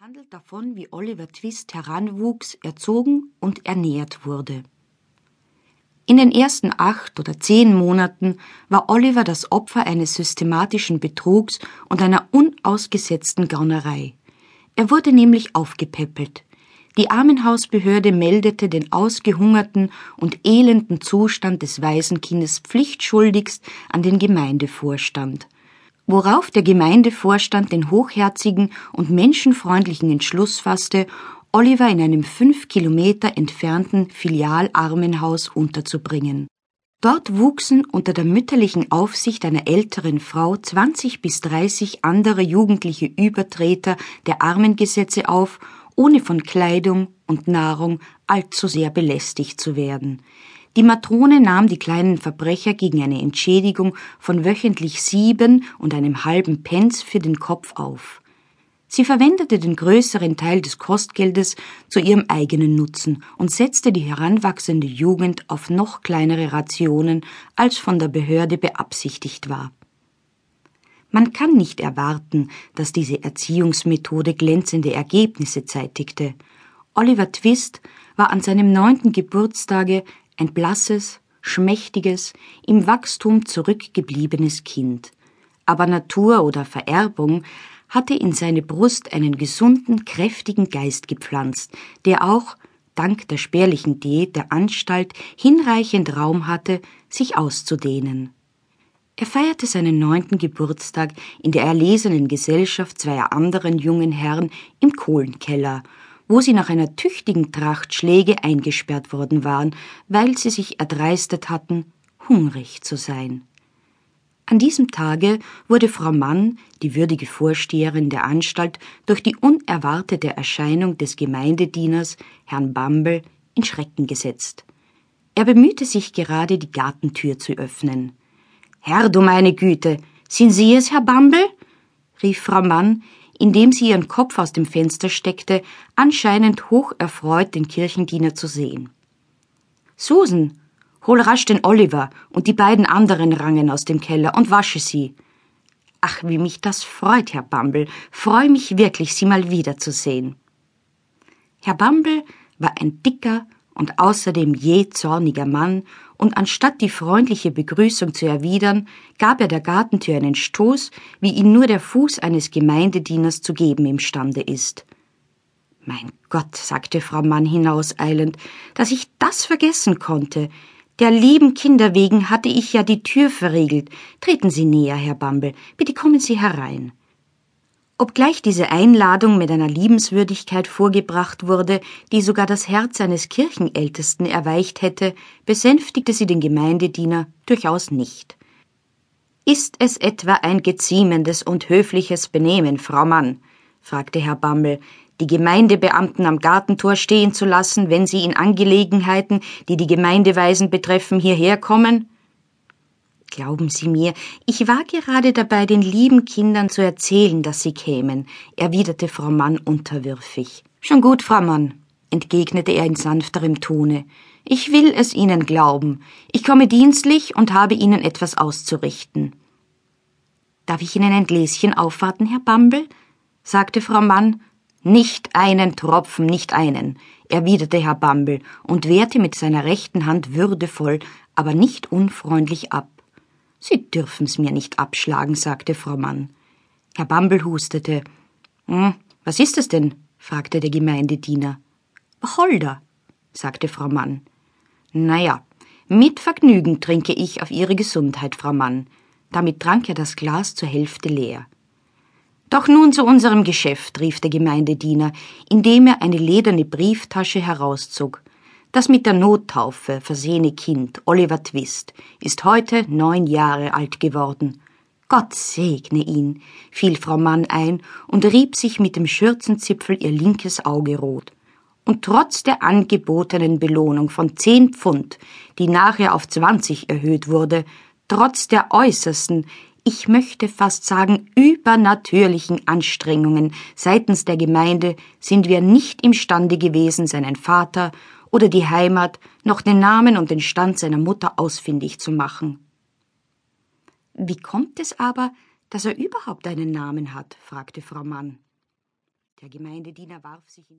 handelt davon, wie Oliver Twist heranwuchs, erzogen und ernährt wurde. In den ersten 8 oder 10 Monaten war Oliver das Opfer eines systematischen Betrugs und einer unausgesetzten Gaunerei. Er wurde nämlich aufgepäppelt. Die Armenhausbehörde meldete den ausgehungerten und elenden Zustand des Waisenkindes pflichtschuldigst an den Gemeindevorstand, worauf der Gemeindevorstand den hochherzigen und menschenfreundlichen Entschluss fasste, Oliver in einem 5 Kilometer entfernten Filialarmenhaus unterzubringen. Dort wuchsen unter der mütterlichen Aufsicht einer älteren Frau 20 bis 30 andere jugendliche Übertreter der Armengesetze auf, ohne von Kleidung und Nahrung allzu sehr belästigt zu werden. Die Matrone nahm die kleinen Verbrecher gegen eine Entschädigung von wöchentlich 7,5 Pence für den Kopf auf. Sie verwendete den größeren Teil des Kostgeldes zu ihrem eigenen Nutzen und setzte die heranwachsende Jugend auf noch kleinere Rationen, als von der Behörde beabsichtigt war. Man kann nicht erwarten, dass diese Erziehungsmethode glänzende Ergebnisse zeitigte. Oliver Twist war an seinem 9. Geburtstage ein blasses, schmächtiges, im Wachstum zurückgebliebenes Kind. Aber Natur oder Vererbung hatte in seine Brust einen gesunden, kräftigen Geist gepflanzt, der auch, dank der spärlichen Diät der Anstalt, hinreichend Raum hatte, sich auszudehnen. Er feierte seinen 9. Geburtstag in der erlesenen Gesellschaft zweier anderen jungen Herren im Kohlenkeller, wo sie nach einer tüchtigen Tracht Schläge eingesperrt worden waren, weil sie sich erdreistet hatten, hungrig zu sein. An diesem Tage wurde Frau Mann, die würdige Vorsteherin der Anstalt, durch die unerwartete Erscheinung des Gemeindedieners, Herrn Bumble, in Schrecken gesetzt. Er bemühte sich gerade, die Gartentür zu öffnen. »Herr, du meine Güte, sind Sie es, Herr Bumble?« rief Frau Mann, indem sie ihren Kopf aus dem Fenster steckte, anscheinend hocherfreut, den Kirchendiener zu sehen. »Susan, hol rasch den Oliver und die beiden anderen Rangen aus dem Keller und wasche sie.« »Ach, wie mich das freut, Herr Bumble, freue mich wirklich, Sie mal wiederzusehen.« Herr Bumble war ein dicker und außerdem jähzorniger Mann, und anstatt die freundliche Begrüßung zu erwidern, gab er der Gartentür einen Stoß, wie ihn nur der Fuß eines Gemeindedieners zu geben imstande ist. »Mein Gott«, sagte Frau Mann hinauseilend, »dass ich das vergessen konnte. Der lieben Kinder wegen hatte ich ja die Tür verriegelt. Treten Sie näher, Herr Bumble, bitte kommen Sie herein.« Obgleich diese Einladung mit einer Liebenswürdigkeit vorgebracht wurde, die sogar das Herz eines Kirchenältesten erweicht hätte, besänftigte sie den Gemeindediener durchaus nicht. »Ist es etwa ein geziemendes und höfliches Benehmen, Frau Mann?« fragte Herr Bumble, »die Gemeindebeamten am Gartentor stehen zu lassen, wenn sie in Angelegenheiten, die die Gemeindeweisen betreffen, hierher kommen?« »Glauben Sie mir, ich war gerade dabei, den lieben Kindern zu erzählen, dass Sie kämen«, erwiderte Frau Mann unterwürfig. »Schon gut, Frau Mann«, entgegnete er in sanfterem Tone. »Ich will es Ihnen glauben. Ich komme dienstlich und habe Ihnen etwas auszurichten.« »Darf ich Ihnen ein Gläschen aufwarten, Herr Bumble?« sagte Frau Mann. »Nicht einen Tropfen, nicht einen«, erwiderte Herr Bumble und wehrte mit seiner rechten Hand würdevoll, aber nicht unfreundlich ab. »Sie dürfen's mir nicht abschlagen«, sagte Frau Mann. Herr Bumble hustete. »Was ist es denn?« fragte der Gemeindediener. »Wacholder«, sagte Frau Mann. »Na ja, mit Vergnügen trinke ich auf Ihre Gesundheit, Frau Mann.« Damit trank er das Glas zur Hälfte leer. »Doch nun zu unserem Geschäft«, rief der Gemeindediener, indem er eine lederne Brieftasche herauszog. »Das mit der Nottaufe versehene Kind, Oliver Twist, ist heute 9 Jahre alt geworden.« »Gott segne ihn«, fiel Frau Mann ein und rieb sich mit dem Schürzenzipfel ihr linkes Auge rot. »Und trotz der angebotenen Belohnung von 10 Pfund, die nachher auf 20 erhöht wurde, trotz der äußersten, ich möchte fast sagen übernatürlichen Anstrengungen seitens der Gemeinde, sind wir nicht imstande gewesen, seinen Vater oder die Heimat, noch den Namen und den Stand seiner Mutter ausfindig zu machen.« »Wie kommt es aber, dass er überhaupt einen Namen hat?« fragte Frau Mann. Der Gemeindediener warf sich in